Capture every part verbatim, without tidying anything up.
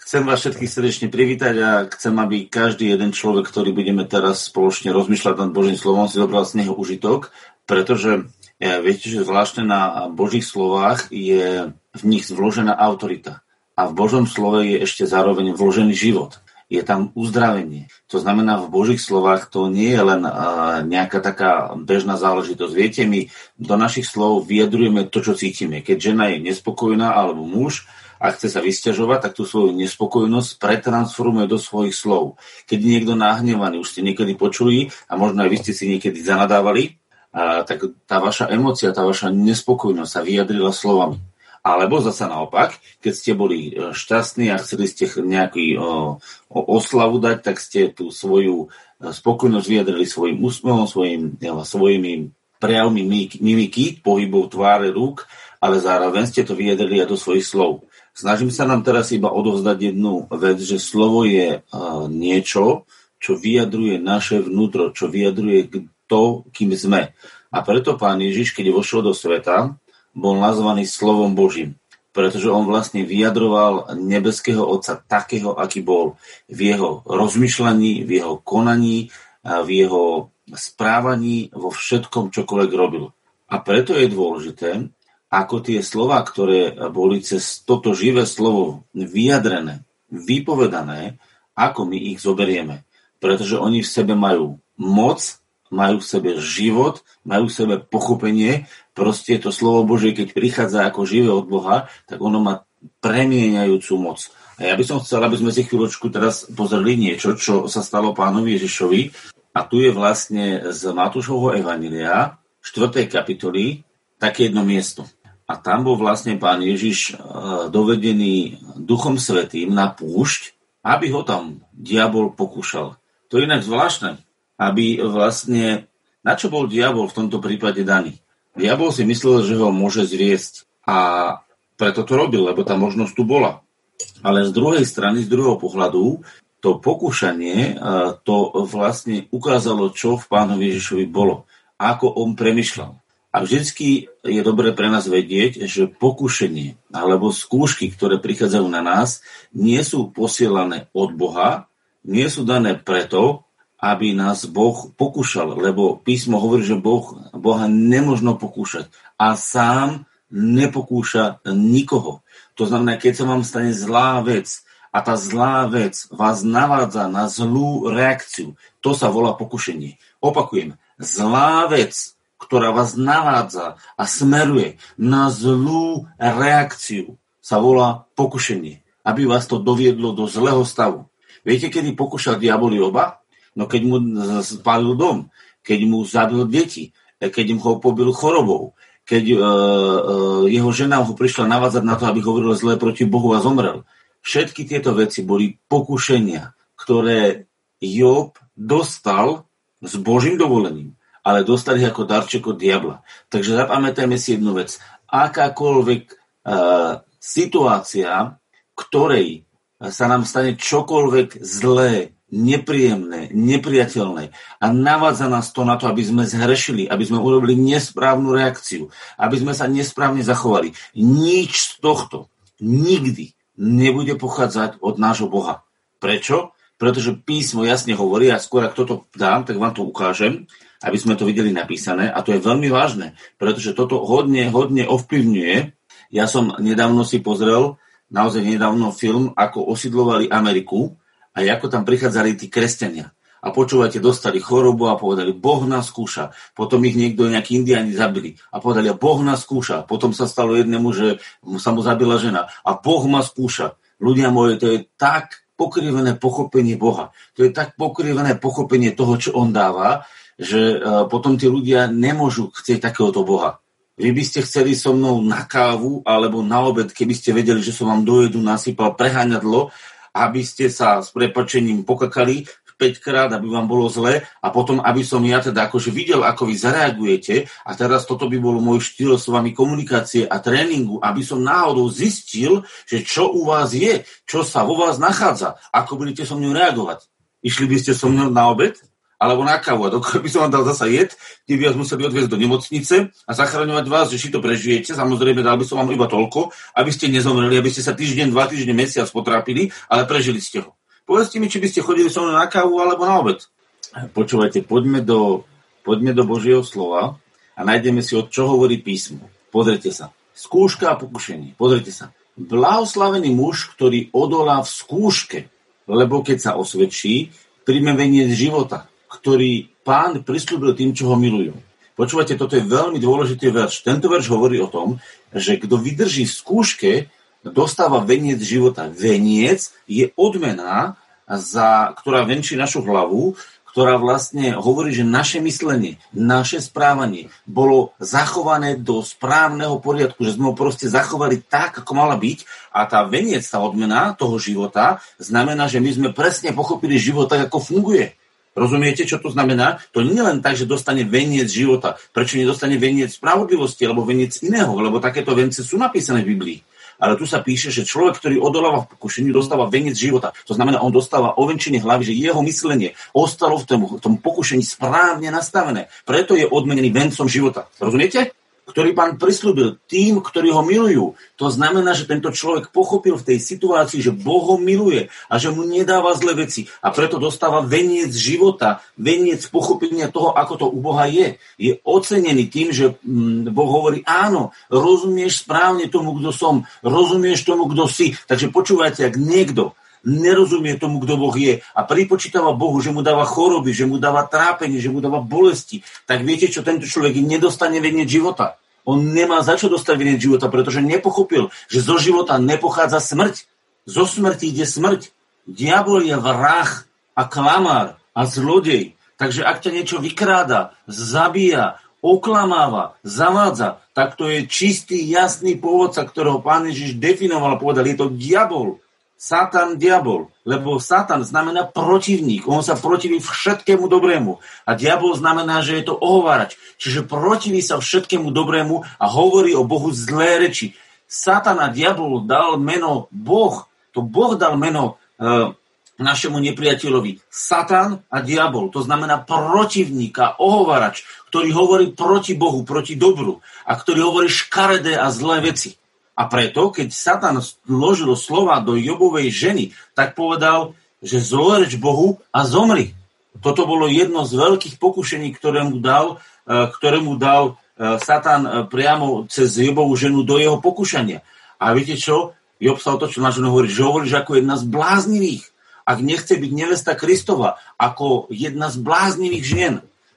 Chcem vás všetkých srdečne privítať a chcem, aby každý jeden človek, ktorý budeme teraz spoločne rozmýšľať nad Božím slovom, si zobral z neho užitok, pretože ja, viete, že zvláštne na Božích slovách je v nich vložená autorita. A v Božom slove je ešte zároveň vložený život. Je tam uzdravenie. To znamená, v Božích slovách to nie je len uh, nejaká taká bežná záležitosť. Viete, my do našich slov vyjadrujeme to, čo cítime. Keď žena je nespokojná alebo muž a chce sa vysťažovať, tak tú svoju nespokojnosť pretransformuje do svojich slov. Keď je niekto nahnevaný, už ste niekedy počuli a možno aj vy ste si niekedy zanadávali, a, tak tá vaša emócia, tá vaša nespokojnosť sa vyjadrila slovami. Alebo zasa naopak, keď ste boli šťastní a chceli ste nejaký o, o oslavu dať, tak ste tú svoju spokojnosť vyjadrili svojim úsmevom, svojim, ja, svojimi prejavmi mimiky, pohybov tváre, rúk, ale zároveň ste to vyjadrili aj do svojich slov. Snažím sa nám teraz iba odovzdať jednu vec, že slovo je uh, niečo, čo vyjadruje naše vnútro, čo vyjadruje to, kým sme. A preto Pán Ježiš, keď vošiel do sveta, bol nazvaný slovom Božím, pretože on vlastne vyjadroval nebeského Otca takého, aký bol v jeho rozmýšľaní, v jeho konaní, v jeho správaní, vo všetkom, čokoľvek robil. A preto je dôležité, ako tie slová, ktoré boli cez toto živé slovo vyjadrené, vypovedané, ako my ich zoberieme. Pretože oni v sebe majú moc, majú v sebe život, majú v sebe pochopenie. Proste to slovo Božie, keď prichádza ako živé od Boha, tak ono má premieňajúcu moc. A ja by som chcel, aby sme si chvíľočku teraz pozreli niečo, čo sa stalo Pánovi Ježišovi. A tu je vlastne z Matúšovho evanjelia, štvrtej kapitoly, také jedno miesto. A tam bol vlastne Pán Ježiš dovedený Duchom Svätým na púšť, aby ho tam diabol pokúšal. To je inak zvláštne, aby vlastne, na čo bol diabol v tomto prípade daný? Diabol si myslel, že ho môže zviesť a preto to robil, lebo tá možnosť tu bola. Ale z druhej strany, z druhého pohľadu, to pokúšanie, to vlastne ukázalo, čo v Pánovi Ježišovi bolo, ako on premýšľal. A vždycky je dobre pre nás vedieť, že pokušenie alebo skúšky, ktoré prichádzajú na nás, nie sú posielané od Boha, nie sú dané preto, aby nás Boh pokúšal, lebo písmo hovorí, že boh, Boha nemožno pokúšať a sám nepokúša nikoho. To znamená, keď sa vám stane zlá vec a tá zlá vec vás navádza na zlú reakciu, to sa volá pokušenie. Opakujem, zlá vec, ktorá vás navádza a smeruje na zlú reakciu, sa volá pokušenie, aby vás to doviedlo do zlého stavu. Viete, kedy pokúšal diabol Joba? No keď mu spálil dom, keď mu zabil deti, keď im ho pobil chorobou, keď uh, uh, jeho žena ho prišla navádzať na to, aby hovoril zlé proti Bohu a zomrel. Všetky tieto veci boli pokušenia, ktoré Job dostal s Božím dovolením, ale dostali ako darček od diabla. Takže zapamätajme si jednu vec. Akákoľvek uh, situácia, ktorej sa nám stane čokoľvek zlé, nepríjemné, nepriateľné a navádza nás to na to, aby sme zhrešili, aby sme urobili nesprávnu reakciu, aby sme sa nesprávne zachovali. Nič z tohto nikdy nebude pochádzať od nášho Boha. Prečo? Pretože písmo jasne hovorí, a skôr ak toto dám, tak vám to ukážem, aby sme to videli napísané. A to je veľmi vážne, pretože toto hodne, hodne ovplyvňuje. Ja som nedávno si pozrel, naozaj nedávno film, ako osidlovali Ameriku a ako tam prichádzali tí kresťania. A počúvate, dostali chorobu a povedali, Boh nás skúša. Potom ich niekto, nejakí indiáni zabili. A povedali, Boh nás skúša. Potom sa stalo jednému, že sa mu zabila žena. A Boh ma skúša. Ľudia moje, to je tak pokrivené pochopenie Boha. To je tak pokrivené pochopenie toho, čo on dáva, že potom tí ľudia nemôžu chcieť takéhoto Boha. Vy by ste chceli so mnou na kávu alebo na obed, keby ste vedeli, že som vám do jedu nasypal preháňadlo, aby ste sa s prepáčením pokakali päťkrát, aby vám bolo zle a potom, aby som ja teda akože videl, ako vy zareagujete a teraz toto by bolo môj štýl s vami komunikácie a tréningu, aby som náhodou zistil, že čo u vás je, čo sa vo vás nachádza, ako budete so mnou reagovať. Išli by ste so mnou na obed alebo na kávu. A dokiaľ by som vám dal zasa jed, kde by vás museli odviezť do nemocnice a zachraňovať vás, že si to prežijete. Samozrejme, dal by som vám iba toľko, aby ste nezomreli, aby ste sa týždeň, dva týždne, mesiac potrápili, ale prežili ste ho. Povedzte mi, či by ste chodili so mnou na kávu alebo na obed. Počúvajte, poďme do, poďme do Božieho slova a nájdeme si, od čo hovorí písmo. Pozrite sa. Skúška a pokušenie. Pozrite sa. Blahoslavený muž, ktorý odolá v skúške, lebo keď sa osvedčí, príjme veniec života, ktorý Pán prisľúbil tým, čo ho milujú. Počúvajte, toto je veľmi dôležitý verš. Tento verš hovorí o tom, že kto vydrží v skúške, dostáva veniec života. Veniec je odmena, za, ktorá venčí našu hlavu, ktorá vlastne hovorí, že naše myslenie, naše správanie bolo zachované do správneho poriadku, že sme ho proste zachovali tak, ako mala byť, a tá veniec, tá odmena toho života znamená, že my sme presne pochopili život tak, ako funguje. Rozumiete, čo to znamená? To nie je len tak, že dostane veniec života. Prečo nedostane veniec spravodlivosti alebo veniec iného? Lebo takéto vence sú napísané v Biblii. Ale tu sa píše, že človek, ktorý odoláva v pokušení, dostáva veniec života. To znamená, on dostáva ovenčenie hlavy, že jeho myslenie ostalo v tom, v tom pokušení správne nastavené. Preto je odmenený vencom života. Rozumiete? Ktorý Pán prisľúbil tým, ktorí ho milujú. To znamená, že tento človek pochopil v tej situácii, že Boh ho miluje a že mu nedáva zlé veci. A preto dostáva veniec života, veniec pochopenia toho, ako to u Boha je. Je ocenený tým, že Boh hovorí, áno, rozumieš správne tomu, kto som, rozumieš tomu, kto si. Takže počúvajte, ak niekto nerozumie tomu, kto Boh je a pripočítava Bohu, že mu dáva choroby, že mu dáva trápenie, že mu dáva bolesti, tak viete čo, tento človek nedostane veniec života. On nemá za čo dostať veniec života, pretože nepochopil, že zo života nepochádza smrť. Zo smrti ide smrť. Diabol je vrah a klamár a zlodej. Takže ak ťa niečo vykráda, zabíja, oklamáva, zavádza, tak to je čistý, jasný pôvodca, ktorého Pán Ježiš definoval a povedal, je to diabol. Satan, diabol, lebo Satan znamená protivník, on sa protiví všetkému dobrému a diabol znamená, že je to ohovárač, čiže protiví sa všetkému dobrému a hovorí o Bohu zlé reči. Satan a diabol dal meno Boh, to Boh dal meno e, našemu nepriateľovi. Satan a diabol, to znamená protivník a ohovárač, ktorý hovorí proti Bohu, proti dobru a ktorý hovorí škaredé a zlé veci. A preto, keď Satan vložil slova do Jobovej ženy, tak povedal, že zloreč Bohu a zomri. Toto bolo jedno z veľkých pokušení, ktoré mu dal, ktoré mu dal Satan priamo cez Jobovú ženu do jeho pokušania. A viete čo? Job sa otočil na ženu, hovorí, že hovoríš ako jedna z bláznivých. Ak nechce byť nevesta Kristova, ako jedna z bláznivých žien,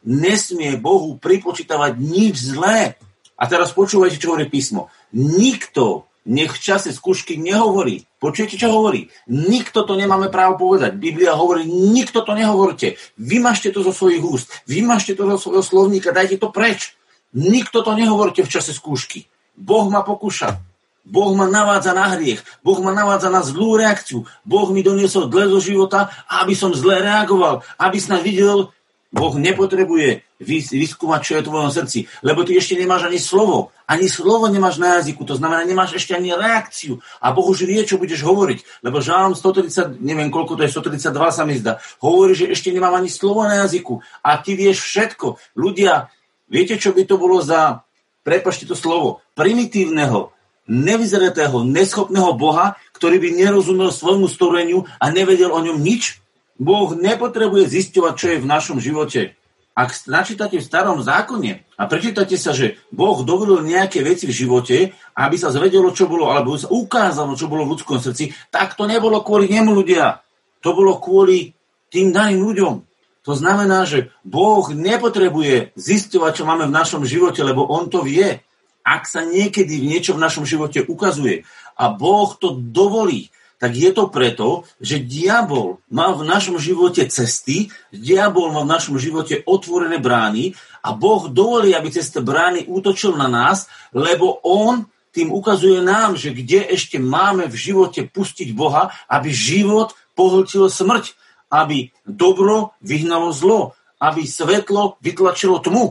nesmie Bohu pripočítavať nič zlé. A teraz počúvajte, čo hovorí písmo. Nikto nech v čase skúšky nehovorí. Počujete, čo hovorí? Nikto to nemáme právo povedať. Biblia hovorí, nikto to nehovorte. Vymažte to zo svojich úst. Vymažte to zo svojho slovníka, dajte to preč. Nikto to nehovorte v čase skúšky. Boh ma pokúša. Boh ma navádza na hriech. Boh ma navádza na zlú reakciu. Boh mi doniesol zle zo života, aby som zle reagoval. Aby snad videl, Boh nepotrebuje vyskúmať, čo je v tvojom srdci, lebo ty ešte nemáš ani slovo. Ani slovo nemáš na jazyku, to znamená, nemáš ešte ani reakciu. A Boh už vie, čo budeš hovoriť. Lebo Žalm stotridsať, neviem koľko to je, stotridsaťdva sa mi zdá, hovorí, že ešte nemám ani slovo na jazyku. A ty vieš všetko. Ľudia, viete, čo by to bolo za, prepáčte to slovo, primitívneho, nevyzretého, neschopného Boha, ktorý by nerozumel svojmu stvoreniu a nevedel o ňom nič? Boh nepotrebuje zisťovať, čo je v našom živote. Ak načítate v starom zákone a prečítate sa, že Boh dovolil nejaké veci v živote, aby sa zvedelo, čo bolo, alebo sa ukázalo, čo bolo v ľudskom srdci, tak to nebolo kvôli nemu, ľudia. To bolo kvôli tým daným ľuďom. To znamená, že Boh nepotrebuje zisťovať, čo máme v našom živote, lebo on to vie. Ak sa niekedy v niečo v našom živote ukazuje a Boh to dovolí, tak je to preto, že diabol má v našom živote cesty, diabol má v našom živote otvorené brány a Boh dovolí, aby cez tie brány útočil na nás, lebo on tým ukazuje nám, že kde ešte máme v živote pustiť Boha, aby život pohltil smrť, aby dobro vyhnalo zlo, aby svetlo vytlačilo tmu.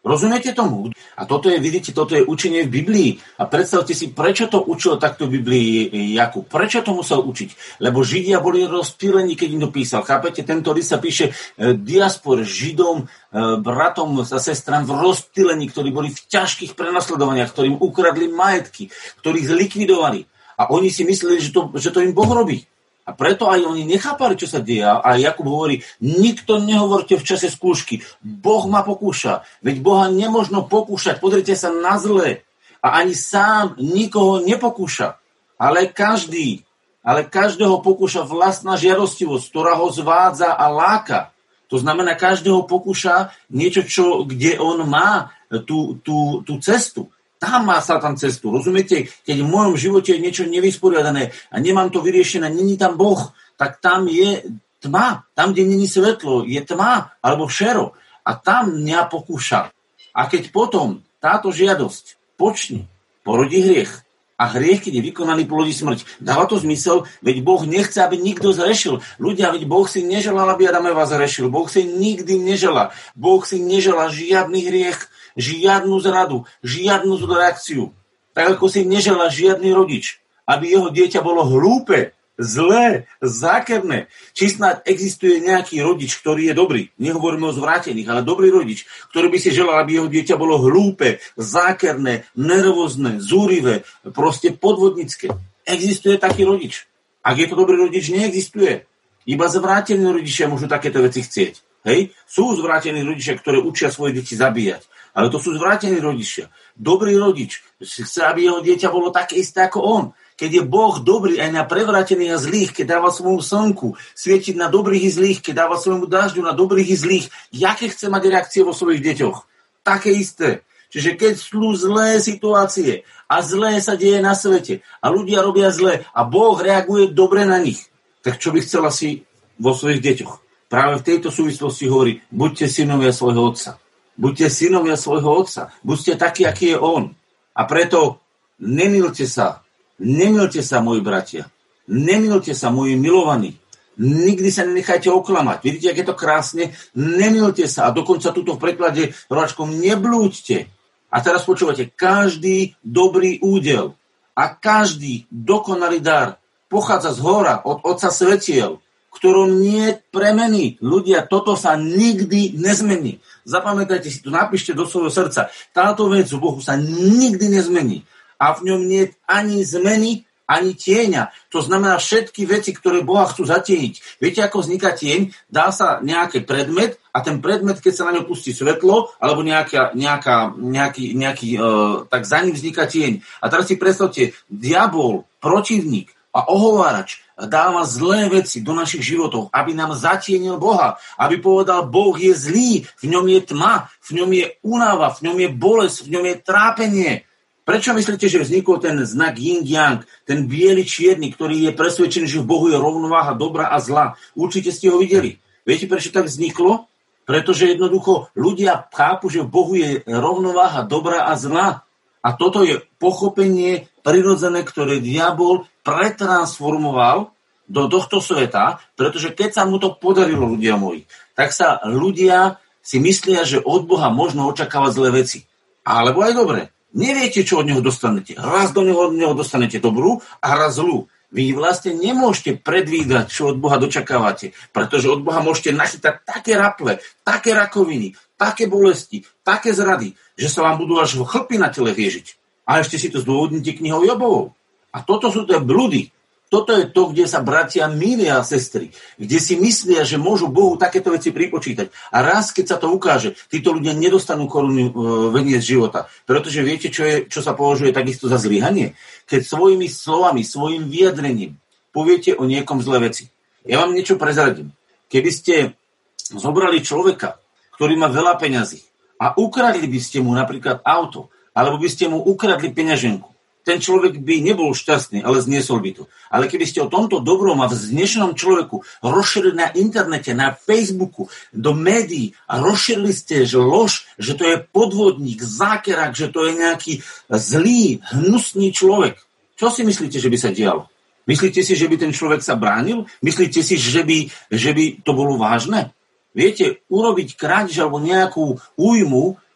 Rozumiete tomu? A toto je, vidíte, toto je učenie v Biblii. A predstavte si, prečo to učil takto v Biblii Jakub. Prečo to musel učiť? Lebo Židia boli rozptýlení, keď im to písal. Chápete, tento list sa píše e, diaspor, Židom, e, bratom a sestram v rozptýlení, ktorí boli v ťažkých prenasledovaniach, ktorým ukradli majetky, ktorých zlikvidovali. A oni si mysleli, že to, že to im Boh robí. A preto aj oni nechápali, čo sa deje. A Jakub hovorí, nikto nehovorte v čase skúšky. Boh ma pokúša. Veď Boha nemožno pokúšať. Pozrite sa na zlé. A ani sám nikoho nepokúša. Ale každý, ale každého pokúša vlastná žiadostivosť, ktorá ho zvádza a láka. To znamená, každého pokúša niečo, čo, kde on má tú, tú, tú cestu. Tam má Satan cestu, rozumiete? Keď v mojom živote je niečo nevysporiadané a nemám to vyriešené, není tam Boh, tak tam je tma. Tam, kde není svetlo, je tma alebo šero. A tam mňa pokúša. A keď potom táto žiadosť počne, porodí hriech. A hriech, keď je vykonaný, plodí smrť. Dáva to zmysel, veď Boh nechce, aby nikto zrešil. Ľudia, veď Boh si neželal, aby Adam Eva zrešil. Boh si nikdy neželá. Boh si neželá žiadny hriech, žiadnu zradu, žiadnu reakciu. Tak ako si neželá žiadny rodič, aby jeho dieťa bolo hlúpe, zlé, zákerné. Či snad existuje nejaký rodič, ktorý je dobrý, nehovoríme o zvrátených, ale dobrý rodič, ktorý by si želal, aby jeho dieťa bolo hlúpe, zákerné, nervózne, zúrivé, proste podvodnické. Existuje taký rodič. Ak je to dobrý rodič, neexistuje. Iba zvrátení rodičia môžu takéto veci chcieť. Hej? Sú zvrátení rodičia, ktoré učia svoje deti zabíjať. Ale to sú zvrátení rodičia. Dobrý rodič chce, aby jeho dieťa bolo také isté ako on. Keď je Boh dobrý aj na prevrátených a zlých, keď dáva svojmu slnku svietiť na dobrých i zlých, keď dáva svojmu dažďu na dobrých i zlých, jaké chce mať reakcie vo svojich deťoch? Také isté. Čiže keď sú zlé situácie a zlé sa deje na svete a ľudia robia zlé a Boh reaguje dobre na nich, tak čo by chcel asi vo svojich deťoch? Práve v tejto súvislosti hovorí, buďte synovia svojho otca. Buďte synovia svojho otca. Buďte takí, aký je on. A preto nemilte sa. Nemilte sa, moji bratia. Nemilte sa, moji milovaní. Nikdy sa nenechajte oklamať. Vidíte, jak je to krásne? Nemilte sa. A dokonca tuto v preklade rováčkom neblúďte. A teraz počúvate, každý dobrý údel a každý dokonalý dar pochádza z hora, od Otca svetiel, ktorom nie premení. Ľudia, toto sa nikdy nezmení. Zapamätajte si to, napíšte do svojho srdca. Táto vec u Bohu sa nikdy nezmení. A v ňom nie je ani zmeny, ani tieňa. To znamená všetky veci, ktoré Boha chcú zatieniť. Viete, ako vzniká tieň? Dá sa nejaký predmet a ten predmet, keď sa na ňo pustí svetlo, alebo nejaká, nejaká, nejaký, nejaký uh, tak za ním vzniká tieň. A teraz si predstavte, diabol, protivník a ohovárač dáva zlé veci do našich životov, aby nám zatienil Boha, aby povedal, Boh je zlý, v ňom je tma, v ňom je únava, v ňom je bolesť, v ňom je trápenie. Prečo myslíte, že vznikol ten znak yin-yang, ten biely čierny, ktorý je presvedčený, že v Bohu je rovnováha dobra a zla? Určite ste ho videli. Viete, prečo tak vzniklo? Pretože jednoducho ľudia chápu, že v Bohu je rovnováha dobra a zla. A toto je pochopenie prirodzené, ktoré diabol pretransformoval do tohto sveta, pretože keď sa mu to podarilo, ľudia moji, tak sa ľudia si myslia, že od Boha možno očakávať zlé veci. Alebo aj dobre. Neviete, čo od neho dostanete. Raz do neho, od neho dostanete dobrú a raz zlú. Vy vlastne nemôžete predvídať, čo od Boha dočakávate, pretože od Boha môžete nachytať také raple, také rakoviny, také bolesti, také zrady, že sa vám budú až chlpy na tele riežiť. A ešte si to zdôvodníte knihou Jobovou. A toto sú tie bludy. Toto je to, kde sa bratia milia a sestry, kde si myslia, že môžu Bohu takéto veci pripočítať. A raz, keď sa to ukáže, títo ľudia nedostanú korunu e, veniec života. Pretože viete, čo, je, čo sa považuje takisto za zlyhanie? Keď svojimi slovami, svojim vyjadrením poviete o niekom zlé veci. Ja vám niečo prezradím. Keby ste zobrali človeka, ktorý má veľa peňazí a ukradli by ste mu napríklad auto, alebo by ste mu ukradli peňaženku, ten človek by nebol šťastný, ale zniesol by to. Ale keby ste o tomto dobrom a vznešenom človeku rozšírili na internete, na Facebooku, do médií a rozšírili ste, že lož, že to je podvodník, zákerák, že to je nejaký zlý, hnusný človek. Čo si myslíte, že by sa dialo? Myslíte si, že by ten človek sa bránil? Myslíte si, že by, že by to bolo vážne? Viete, urobiť krádež alebo nejakú újmu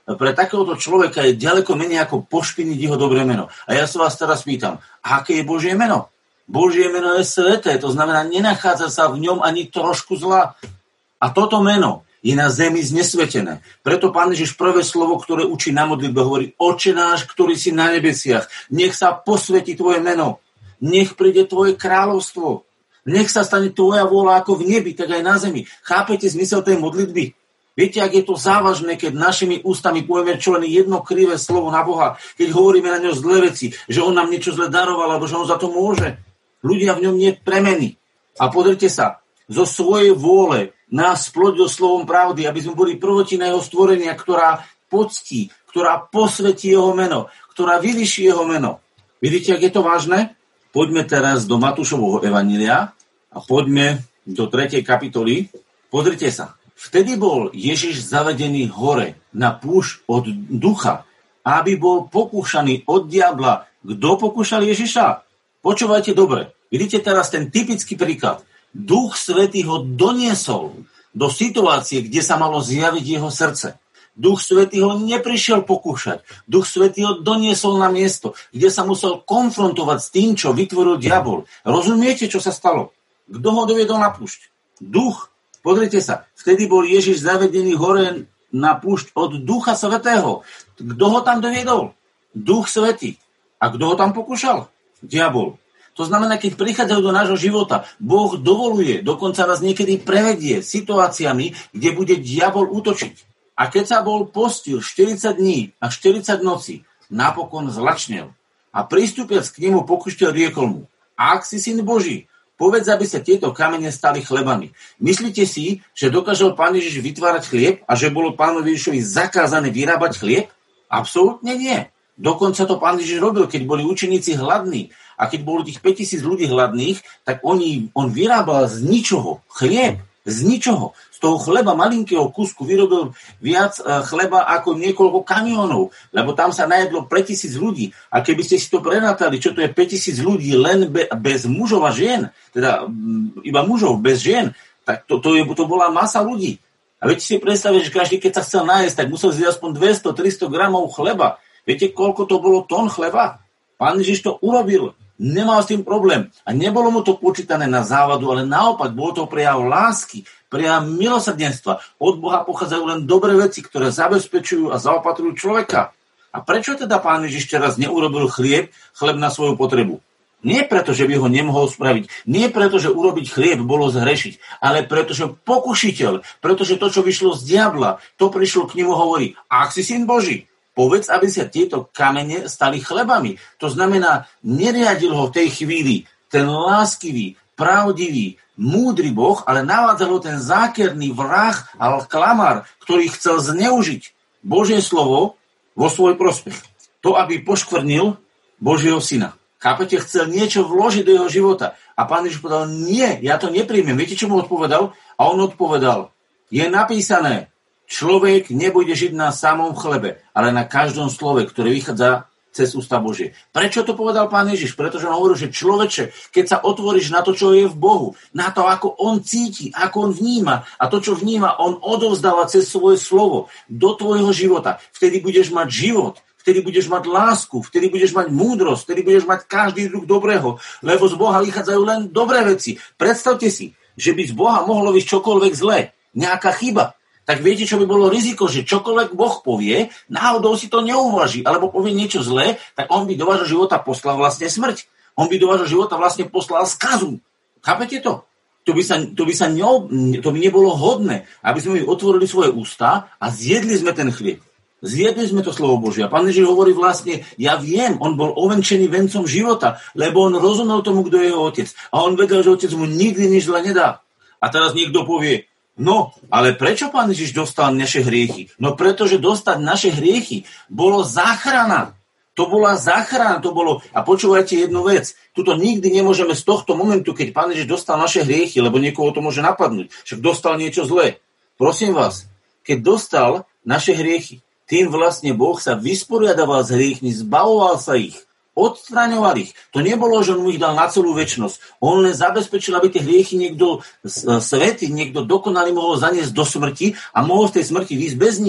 pre takéhoto človeka je ďaleko menej ako pošpiniť jeho dobré meno. A ja sa vás teraz pýtam, aké je Božie meno? Božie meno je sveté, to znamená, nenachádza sa v ňom ani trošku zla. A toto meno je na zemi znesvetené. Preto Pán Ježiš prvé slovo, ktoré učí na modlitbe, hovorí: Oče náš, ktorý si na nebesiach, nech sa posvätí tvoje meno, nech príde tvoje kráľovstvo, nech sa stane tvoja vôľa ako v nebi, tak aj na zemi. Chápete zmysel tej modlitby? Viete, ak je to závažné, keď našimi ústami povieme čo len jedno krivé slovo na Boha, keď hovoríme na ňo zlé veci, že on nám niečo zle daroval, alebo že on za to môže. Ľudia v ňom nie premeny. A pozrite sa, zo svojej vôle nás splodil slovom pravdy, aby sme boli prvotina jeho stvorenia, ktorá poctí, ktorá posvetí jeho meno, ktorá vyvyší jeho meno. Vidíte, ak je to vážne? Poďme teraz do Matúšovho evanjelia a poďme do tretej kapitoly. Pozrite sa. Vtedy bol Ježiš zavedený hore na púšť od ducha, aby bol pokúšaný od diabla. Kto pokúšal Ježiša? Počúvajte dobre. Vidíte teraz ten typický príklad. Duch Svätý ho doniesol do situácie, kde sa malo zjaviť jeho srdce. Duch Svätý ho neprišiel pokúšať. Duch Svätý ho doniesol na miesto, kde sa musel konfrontovať s tým, čo vytvoril diabol. Rozumiete, čo sa stalo? Kto ho doviedol na púšť? Duch. Pozrite sa, vtedy bol Ježiš zavedený hore na púšť od Ducha Svätého. Kto ho tam doviedol? Duch Svätý. A kto ho tam pokúšal? Diabol. To znamená, keď prichádzajú do nášho života, Boh dovoluje, dokonca nás niekedy prevedie situáciami, kde bude diabol útočiť. A keď sa bol postil štyridsať dní a štyridsať nocí, napokon zlačnel. A pristúpiac k nemu pokúšťal, riekol mu: Ak si syn Boží, povedz, aby sa tieto kamene stali chlebami. Myslíte si, že dokážel Pán Ježiš vytvárať chlieb a že bolo Pánovi Ježišovi zakázané vyrábať chlieb? Absolútne nie. Dokonca to Pán Ježiš robil, keď boli učeníci hladní a keď bolo tých päťtisíc ľudí hladných, tak oni, on vyrábal z ničoho chlieb. Z ničoho. Z toho chleba, malinkého kusku, vyrobil viac chleba ako niekoľko kamionov, lebo tam sa najedlo pre tisíc ľudí. A keby ste si to prenatali, čo to je päťtisíc ľudí len be, bez mužov a žien, teda iba mužov, bez žien, tak to, to, je, to bola masa ľudí. A viete si predstaviť, že každý, keď sa chcel nájsť, tak musel zjesť aspoň dvesto tristo gramov chleba. Viete, koľko to bolo tón chleba? Pán Ježiš to urobil. Nemal s tým problém. A nebolo mu to počítané na závadu, ale naopak, bol to prejav lásky, prejav milosrdenstva. Od Boha pochádzajú len dobré veci, ktoré zabezpečujú a zaopatrujú človeka. A prečo teda Pán Ježiš teraz neurobil chlieb, chleb na svoju potrebu? Nie preto, že by ho nemohol spraviť. Nie preto, že urobiť chlieb bolo zhrešiť. Ale preto, že pokušiteľ, pretože to, čo vyšlo z diabla, to prišlo k nemu hovorí: Ak si syn Boží, povedz, aby sa tieto kamene stali chlebami. To znamená, neriadil ho v tej chvíli ten láskivý, pravdivý, múdry Boh, ale navádzal ho ten zákerný vrah a klamár, ktorý chcel zneužiť Božie slovo vo svoj prospech. To, aby poškvrnil Božieho syna. Chápete, chcel niečo vložiť do jeho života. A Pán Ježiš povedal: Nie, ja to nepríjmem. Viete, čo mu odpovedal? A on odpovedal: Je napísané, človek nebude žiť na samom chlebe, ale na každom slove, ktoré vychádza cez ústa Božie. Prečo to povedal Pán Ježiš? Pretože on hovoril, že človeče, keď sa otvoríš na to, čo je v Bohu, na to, ako on cíti, ako on vníma, a to, čo vníma, on odovzdáva cez svoje slovo do tvojho života, vtedy budeš mať život, vtedy budeš mať lásku, vtedy budeš mať múdrosť, vtedy budeš mať každý druh dobrého, lebo z Boha vychádzajú len dobré veci. Predstavte si, že by z Boha mohlo byť čokoľvek zlé, nejaká chyba. Tak viete, čo by bolo riziko, že čokoľvek Boh povie, náhodou si to neuvaží, alebo povie niečo zlé, tak on by do vášho života poslal vlastne smrť. On by do vášho života vlastne poslal skazu. Chápete to? To by, sa, to, by sa ne, to by nebolo hodné, aby sme otvorili svoje ústa a zjedli sme ten chlieb. Zjedli sme to slovo Božie. A Pán Ježiš hovorí vlastne: Ja viem, on bol ovenčený vencom života, lebo on rozumel tomu, kto je jeho otec. A on vedel, že otec mu nikdy nič zle nedá. A teraz niekto povie: No, ale prečo Pán Ježiš dostal naše hriechy? No pretože dostať naše hriechy bolo záchrana. To bola záchrana, to bolo... A počúvajte jednu vec. Tuto nikdy nemôžeme z tohto momentu, keď Pán Ježiš dostal naše hriechy, lebo niekoho to môže napadnúť, však dostal niečo zlé. Prosím vás, keď dostal naše hriechy, tým vlastne Boh sa vysporiadaval s hriechmi, zbavoval sa ich, odstraňoval ich. To nebolo, že on mu ich dal na celú večnosť. On len zabezpečil, aby tie hriechy niekto svätý, niekto dokonalý mohol zaniesť do smrti a mohol z tej smrti výjsť bez nich.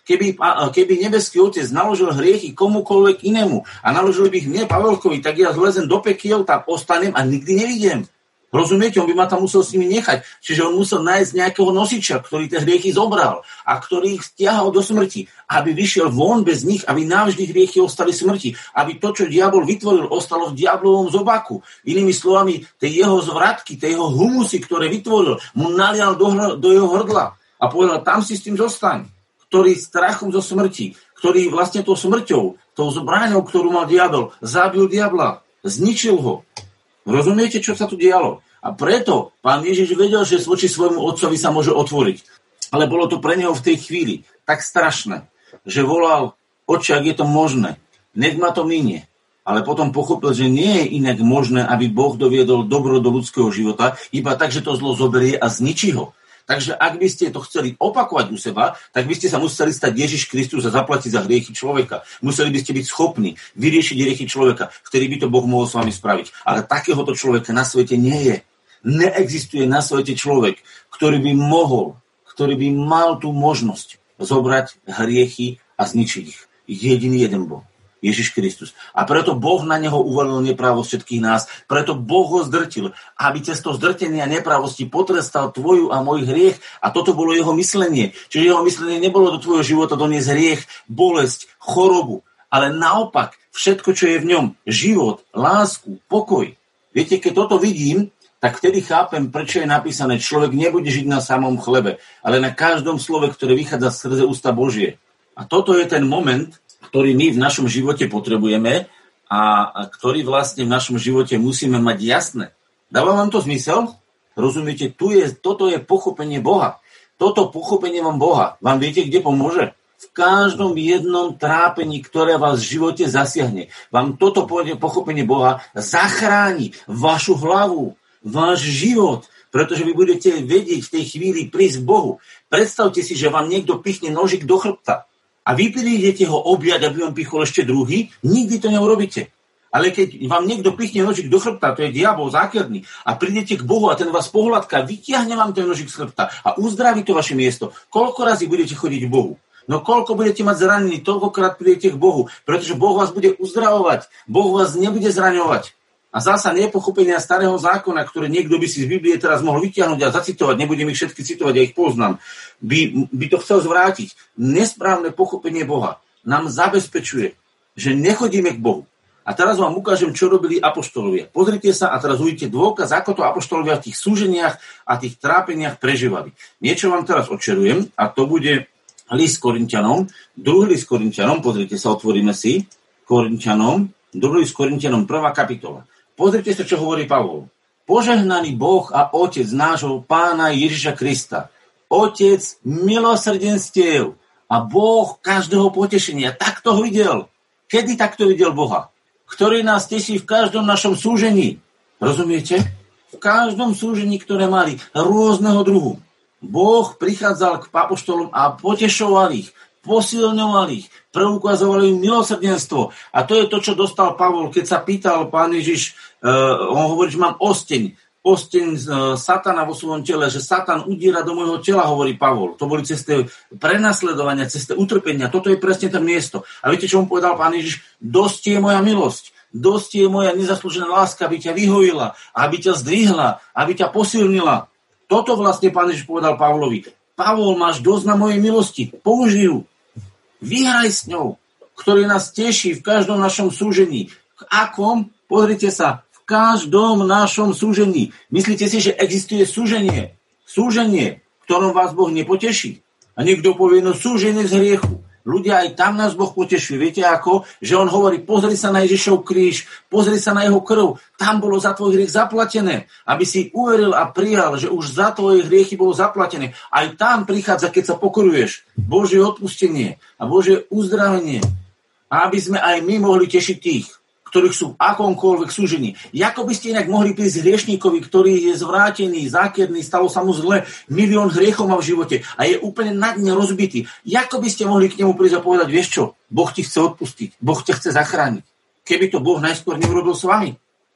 Keby, keby nebeský otec naložil hriechy komukoľvek inému a naložil by ich mne, Pavelkovi, tak ja zlezem do pekiel, tam ostanem a nikdy nevidiem. Rozumiete? On by ma tam musel s nimi nechať. Čiže on musel nájsť nejakého nosiča, ktorý tie hriechy zobral a ktorý ich stiahol do smrti, aby vyšiel von bez nich, aby navždy hriechy ostali smrti, aby to, čo diabol vytvoril, ostalo v diablovom zobaku. Inými slovami, tie jeho zvratky, tie jeho humusy, ktoré vytvoril, mu nalial do, do jeho hrdla a povedal, tam si s tým zostaň, ktorý strachom zo smrti, ktorý vlastne tou smrťou, tou zbraňou, ktorú mal diabol, zabil diabla, zničil ho. Rozumiete, čo sa tu dialo? A preto pán Ježiš vedel, že voči svojmu otcovi sa môže otvoriť. Ale bolo to pre neho v tej chvíli tak strašné, že volal, oče, ak je to možné, nech ma to minie. Ale potom pochopil, že nie je inak možné, aby Boh doviedol dobro do ľudského života, iba tak, že to zlo zoberie a zničí ho. Takže ak by ste to chceli opakovať u seba, tak by ste sa museli stať Ježiš Kristus a zaplatiť za hriechy človeka. Museli by ste byť schopní vyriešiť hriechy človeka, ktorý by to Boh mohol s vami spraviť. Ale takéhoto človeka na svete nie je. Neexistuje na svete človek, ktorý by mohol, ktorý by mal tú možnosť zobrať hriechy a zničiť ich. Jediný jeden Boh. Ježiš Kristus. A preto Boh na neho uvalil neprávosť všetkých nás. Preto Boh ho zdrtil, aby cez to zdrtenie a neprávosti potrestal tvoju a môj hriech. A toto bolo jeho myslenie. Čiže jeho myslenie nebolo do tvojho života doniesť hriech, bolesť, chorobu. Ale naopak, všetko, čo je v ňom, život, lásku, pokoj. Viete, keď toto vidím, tak vtedy chápem, prečo je napísané, človek nebude žiť na samom chlebe, ale na každom slove, ktoré vychádza skrze ústa Božie. A toto je ten moment, ktorý my v našom živote potrebujeme a, a ktorý vlastne v našom živote musíme mať jasné. Dáva vám to zmysel? Rozumiete? Tu je, toto je pochopenie Boha. Toto pochopenie vám Boha. Vám viete, kde pomôže? V každom jednom trápení, ktoré vás v živote zasiahne. Vám toto pochopenie Boha zachráni vašu hlavu, váš život, pretože vy budete vedieť v tej chvíli prísť k Bohu. Predstavte si, že vám niekto pichne nožik do chrbta. A vy prídete ho objať, aby vám pichol ešte druhý, nikdy to neurobíte. Ale keď vám niekto pichne nožik do chrbta, to je diabol zákerný, a prídete k Bohu a ten vás pohľadká, vytiahne vám ten nožik z chrbta a uzdraví to vaše miesto. Koľko razy budete chodiť k Bohu? No koľko budete mať zranení, toľkokrát prídete k Bohu, pretože Boh vás bude uzdravovať, Boh vás nebude zraňovať. A zasa nepochopenia starého zákona, ktoré niekto by si z Biblie teraz mohol vytiahnuť a zacitovať, nebudem ich všetky citovať, ja ich poznám, by, by to chcel zvrátiť. Nesprávne pochopenie Boha nám zabezpečuje, že nechodíme k Bohu. A teraz vám ukážem, čo robili apoštolovia. Pozrite sa a teraz uvidíte dôkaz, ako to apoštolovia v tých súženiach a tých trápeniach prežívali. Niečo vám teraz odčerujem a to bude list Korinťanom, druhý list Korinťanom, pozrite sa, otvoríme si, Korinťanom, druhý list Korinťanom, prvá kapitola. Pozrite sa, čo hovorí Pavol. Požehnaný Boh a Otec nášho Pána Ježiša Krista, Otec milosrdenstiev a Boh každého potešenia. Takto ho videl. Kedy takto videl Boha? Ktorý nás teší v každom našom súžení. Rozumiete? V každom súžení, ktoré mali rôzneho druhu. Boh prichádzal k apoštolom a potešoval ich, posilňoval ich, preukazoval im milosrdenstvo. A to je to, čo dostal Pavol, keď sa pýtal pán Ježiš, uh, on hovorí, že mám osteň, osteň uh, satana vo svojom tele, že satan udiera do môjho tela, hovorí Pavol. To boli cesté prenasledovania, cesté utrpenia. Toto je presne to miesto. A viete, čo mu povedal pán Ježiš? Dosť je moja milosť. Dosť je moja nezaslúžená láska, aby ťa vyhojila, aby ťa zdvihla, aby ťa posilnila. Toto vlastne pán Ježiš povedal Pavlovi. Pavol, máš dosť na mojej milosti. Použij ju. Vyhraj s ňou, ktorý nás teší v každom našom súžení. V akom? Pozrite sa, v každom našom súžení. Myslíte si, že existuje súženie? Súženie, v ktorom vás Boh nepoteší? A niekto povie, no súženie z hriechu. Ľudia, aj tam nás Boh potešuje. Viete ako? Že on hovorí, pozri sa na Ježišov kríž, pozri sa na jeho krv. Tam bolo za tvoj hriech zaplatené. Aby si uveril a prijal, že už za tvoje hriechy bolo zaplatené. Aj tam prichádza, keď sa pokoruješ, Božie odpustenie a Božie uzdravenie. A aby sme aj my mohli tešiť tých, ktorých sú v akomkoľvek súžení. Ako by ste inak mohli prísť hriešníkovi, ktorý je zvrátený, zákerný, stalo sa mu zle, milión hriechov má v živote a je úplne na dne rozbitý. Ako by ste mohli k nemu prísť a povedať, vieš čo, Boh ti chce odpustiť, Boh ťa chce zachrániť. Keby to Boh najskôr neurobil s vami.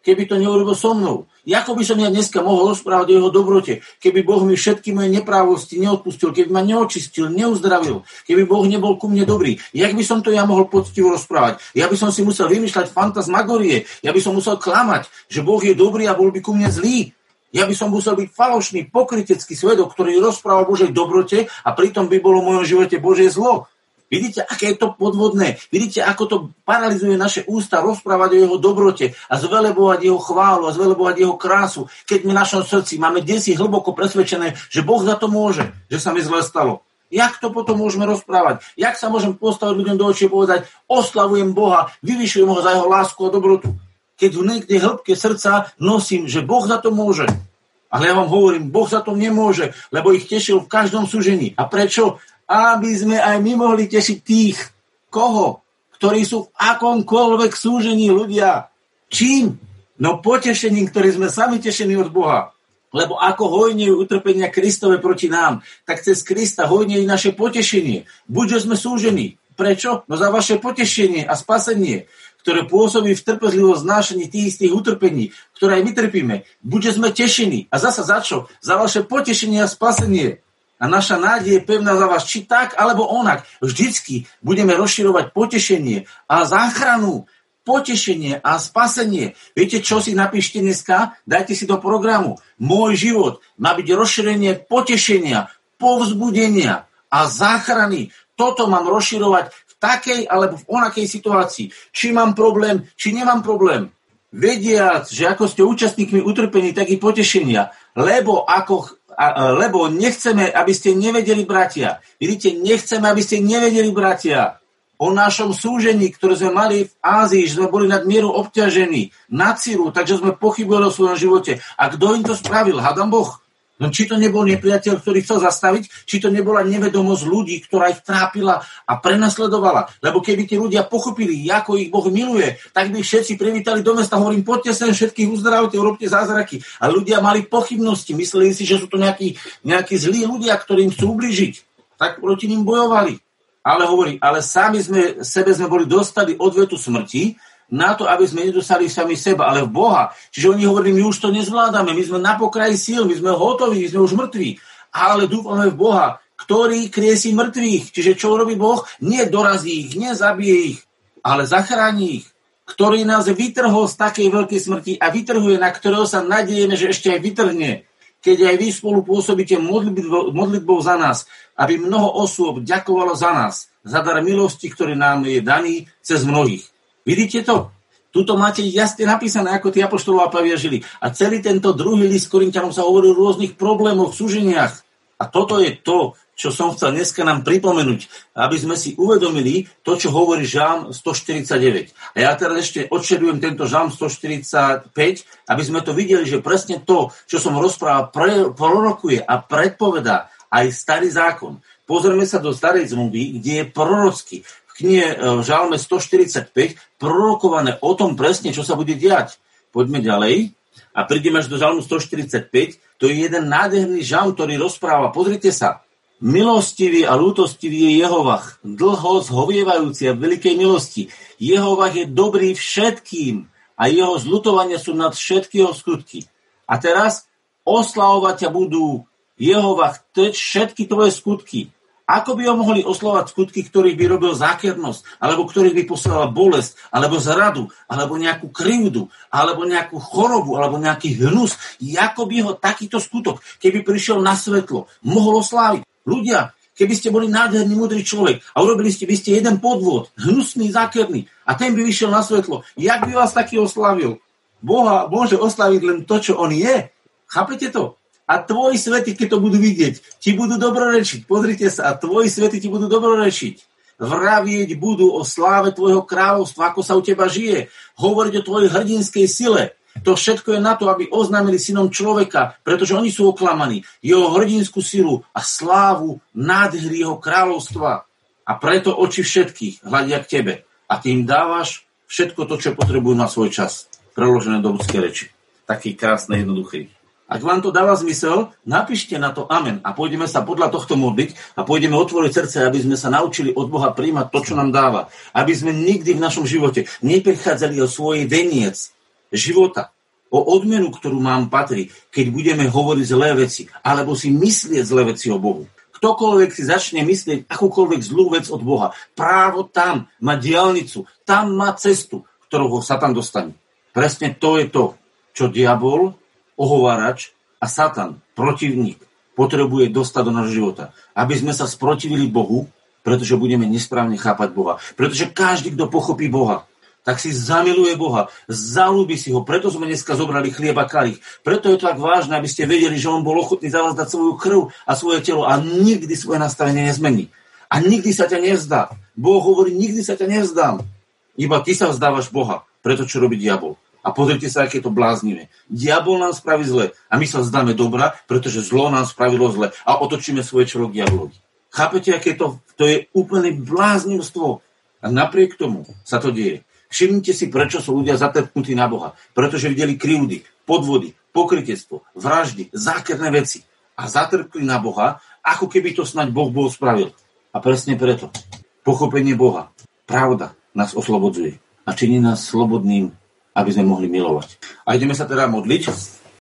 keby to neurobil so mnou? Ako by som ja dneska mohol rozprávať o jeho dobrote, keby Boh mi všetky moje neprávosti neodpustil, keby ma neočistil, neuzdravil, keby Boh nebol ku mne dobrý? Jak by som to ja mohol poctivo rozprávať? Ja by som si musel vymýšľať fantasmagorie, ja by som musel klamať, že Boh je dobrý a bol by ku mne zlý. Ja by som musel byť falošný, pokrytecký svedok, ktorý rozpráva o Božej dobrote a pritom by bolo v mojom živote Božie zlo. Vidíte, aké je to podvodné. Vidíte, ako to paralizuje naše ústa rozprávať o jeho dobrote a zvelebovať jeho chválu a zvelebovať jeho krásu, keď my v našom srdci máme desi hlboko presvedčené, že Boh za to môže, že sa mi zle stalo. Jak to potom môžeme rozprávať? Jak sa môžem postaviť ľuďom do očí a povedať, oslavujem Boha, vyvyšujem ho za jeho lásku a dobrotu. Keď v niekde hĺbke srdca nosím, že Boh za to môže. Ale ja vám hovorím, Boh za to nemôže, lebo ich tešil v každom súžení. A prečo? Aby sme aj my mohli tešiť tých, koho? Ktorí sú v akomkoľvek súžení ľudia. Čím? No potešením, ktorý sme sami tešení od Boha. Lebo ako hojnejú utrpenia Kristove proti nám, tak cez Krista hojnejú naše potešenie. Buďže sme súžení. Prečo? No za vaše potešenie a spasenie, ktoré pôsobí v trpezlivo znášaní tých istých utrpení, ktoré aj my trpíme. Buďže sme tešení. A zasa za čo? Za vaše potešenie a spasenie. A naša nádej je pevná za vás, či tak, alebo onak. Vždycky budeme rozširovať potešenie a záchranu, potešenie a spasenie. Viete, čo si napíšte dneska? Dajte si do programu. Môj život má byť rozšírenie potešenia, povzbudenia a záchrany. Toto mám rozširovať v takej alebo v onakej situácii. Či mám problém, či nemám problém. Vediac, že ako ste účastníkmi utrpení, tak i potešenia. Lebo ako... A, lebo nechceme, aby ste nevedeli, bratia. Vidíte, nechceme, aby ste nevedeli, bratia, o našom súžení, ktoré sme mali v Ázii, že sme boli nad mieru obťažení, na Cyru, takže sme pochybovali o svojom živote. A kto im to spravil? Hádam Boh. No či to nebol nepriateľ, ktorý chcel zastaviť, či to nebola nevedomosť ľudí, ktorá ich trápila a prenasledovala. Lebo keby tí ľudia pochopili, ako ich Boh miluje, tak by všetci privítali do mesta, hovorím, poďte sem, všetkých uzdravte, urobte zázraky. A ľudia mali pochybnosti, mysleli si, že sú to nejakí, nejakí zlí ľudia, ktorým chcú ubližiť. Tak proti ním bojovali. Ale hovorí, ale sami sme, sebe sme boli dostali odvetu smrti, na to, aby sme nedostali sami seba, ale v Boha. Čiže oni hovorili, my už to nezvládame, my sme na pokraji síl, my sme hotoví, my sme už mŕtvi. Ale dúfame v Boha, ktorý kriesí mŕtvych. Čiže čo robí Boh? Nie dorazí ich, nie zabije ich, ale zachráni ich. Ktorý nás vytrhol z takej veľkej smrti a vytrhuje, na ktorého sa nadejeme, že ešte aj vytrhne. Keď aj vy spolu pôsobíte modlitbou, modlitbou za nás, aby mnoho osôb ďakovalo za nás, za dar milosti, ktorý nám je daný cez mnohých. Vidíte to? Tuto máte jasne napísané, ako tí apoštolov a Pavia žili. A celý tento druhý list Korinťanom sa hovorí o rôznych problémoch, súženiach. A toto je to, čo som chcel dneska nám pripomenúť, aby sme si uvedomili to, čo hovorí Žalm stoštyridsaťdeväť. A ja teraz ešte odšerujem tento Žalm stoštyridsaťpäť, aby sme to videli, že presne to, čo som rozprával, prorokuje a predpovedá aj starý zákon. Pozrieme sa do starej zmluvy, kde je prorocky v knihe v Žalme stoštyridsaťpäť prorokované o tom presne, čo sa bude diať. Poďme ďalej a prídeme až do Žalmu stoštyridsaťpäť. To je jeden nádherný žalm, ktorý rozpráva. Pozrite sa. Milostivý a ľútostivý je Jehovah, dlho zhovievajúci a veľkej milosti. Jehovah je dobrý všetkým a jeho zľutovania sú nad všetkého skutky. A teraz oslavovať ťa budú Jehovah všetky tvoje skutky. Ako by ho mohli oslovať skutky, ktorých by robil zákernosť, alebo ktorých by posielala bolesť, alebo zradu, alebo nejakú krivdu, alebo nejakú chorobu, alebo nejaký hnus. Ako by ho takýto skutok, keby prišiel na svetlo, mohol osláviť? Ľudia, keby ste boli nádherný, múdry človek a urobili ste by ste jeden podvod, hnusný, zákerný, a ten by vyšiel na svetlo, jak by vás taký oslavil? Boha môže oslaviť len to, čo on je. Chápete to? A tvoji svety, keď to budú vidieť, ti budú dobrorečiť. Pozrite sa, a tvoji svety ti budú dobrorečiť. Vravieť budú o sláve tvojho kráľovstva, ako sa u teba žije. Hovoriť o tvojej hrdinskej sile. To všetko je na to, aby oznámili synom človeka, pretože oni sú oklamaní. Jeho hrdinskú silu a slávu nádhery jeho kráľovstva. A preto oči všetkých hľadia k tebe. A ty im dávaš všetko to, čo potrebujú na svoj čas. Preložené do ľudskej reči. Taký krásny, jednoduchý. Ak vám to dáva zmysel, napíšte na to amen a pôjdeme sa podľa tohto modliť a pôjdeme otvoriť srdce, aby sme sa naučili od Boha príjmať to, čo nám dáva. Aby sme nikdy v našom živote neprichádzali o svoj veniec života, o odmenu, ktorú mám patrí, keď budeme hovoriť zlé veci, alebo si myslieť zlé veci o Bohu. Ktokoľvek si začne myslieť akúkoľvek zlú vec od Boha, právo tam má diaľnicu, tam má cestu, ktorou ho Satan dostane. Presne to je to, čo diabol, ohovárač a Satan, protivník, potrebuje dostať do nášho života. Aby sme sa sprotivili Bohu, pretože budeme nesprávne chápať Boha. Pretože každý, kto pochopí Boha, tak si zamiluje Boha, zalúbi si ho. Preto sme dneska zobrali chlieb a kalich. Preto je to tak vážne, aby ste vedeli, že on bol ochotný za vás dať svoju krv a svoje telo a nikdy svoje nastavenie nezmení. A nikdy sa ťa nevzdá. Boh hovorí, nikdy sa ťa nevzdám. Iba ty sa vzdávaš Boha. Preto, čo robí diabol. A pozrite sa, aké to bláznivé. Diabol nám spraví zle a my sa vzdáme dobra, pretože zlo nám spravilo zle a otočíme svoje čelo k diablovi. Chápete, aké to, to je úplne bláznivstvo. A napriek tomu sa to deje. Všimnite si, prečo sú ľudia zatrpnutí na Boha. Pretože videli krivdy, podvody, pokrytectvo, vraždy, zákerné veci. A zatrpli na Boha, ako keby to snáď Boh Boh spravil. A presne preto. Pochopenie Boha, pravda nás oslobodzuje. A činí nás slobodným, aby sme mohli milovať. A ideme sa teda modliť.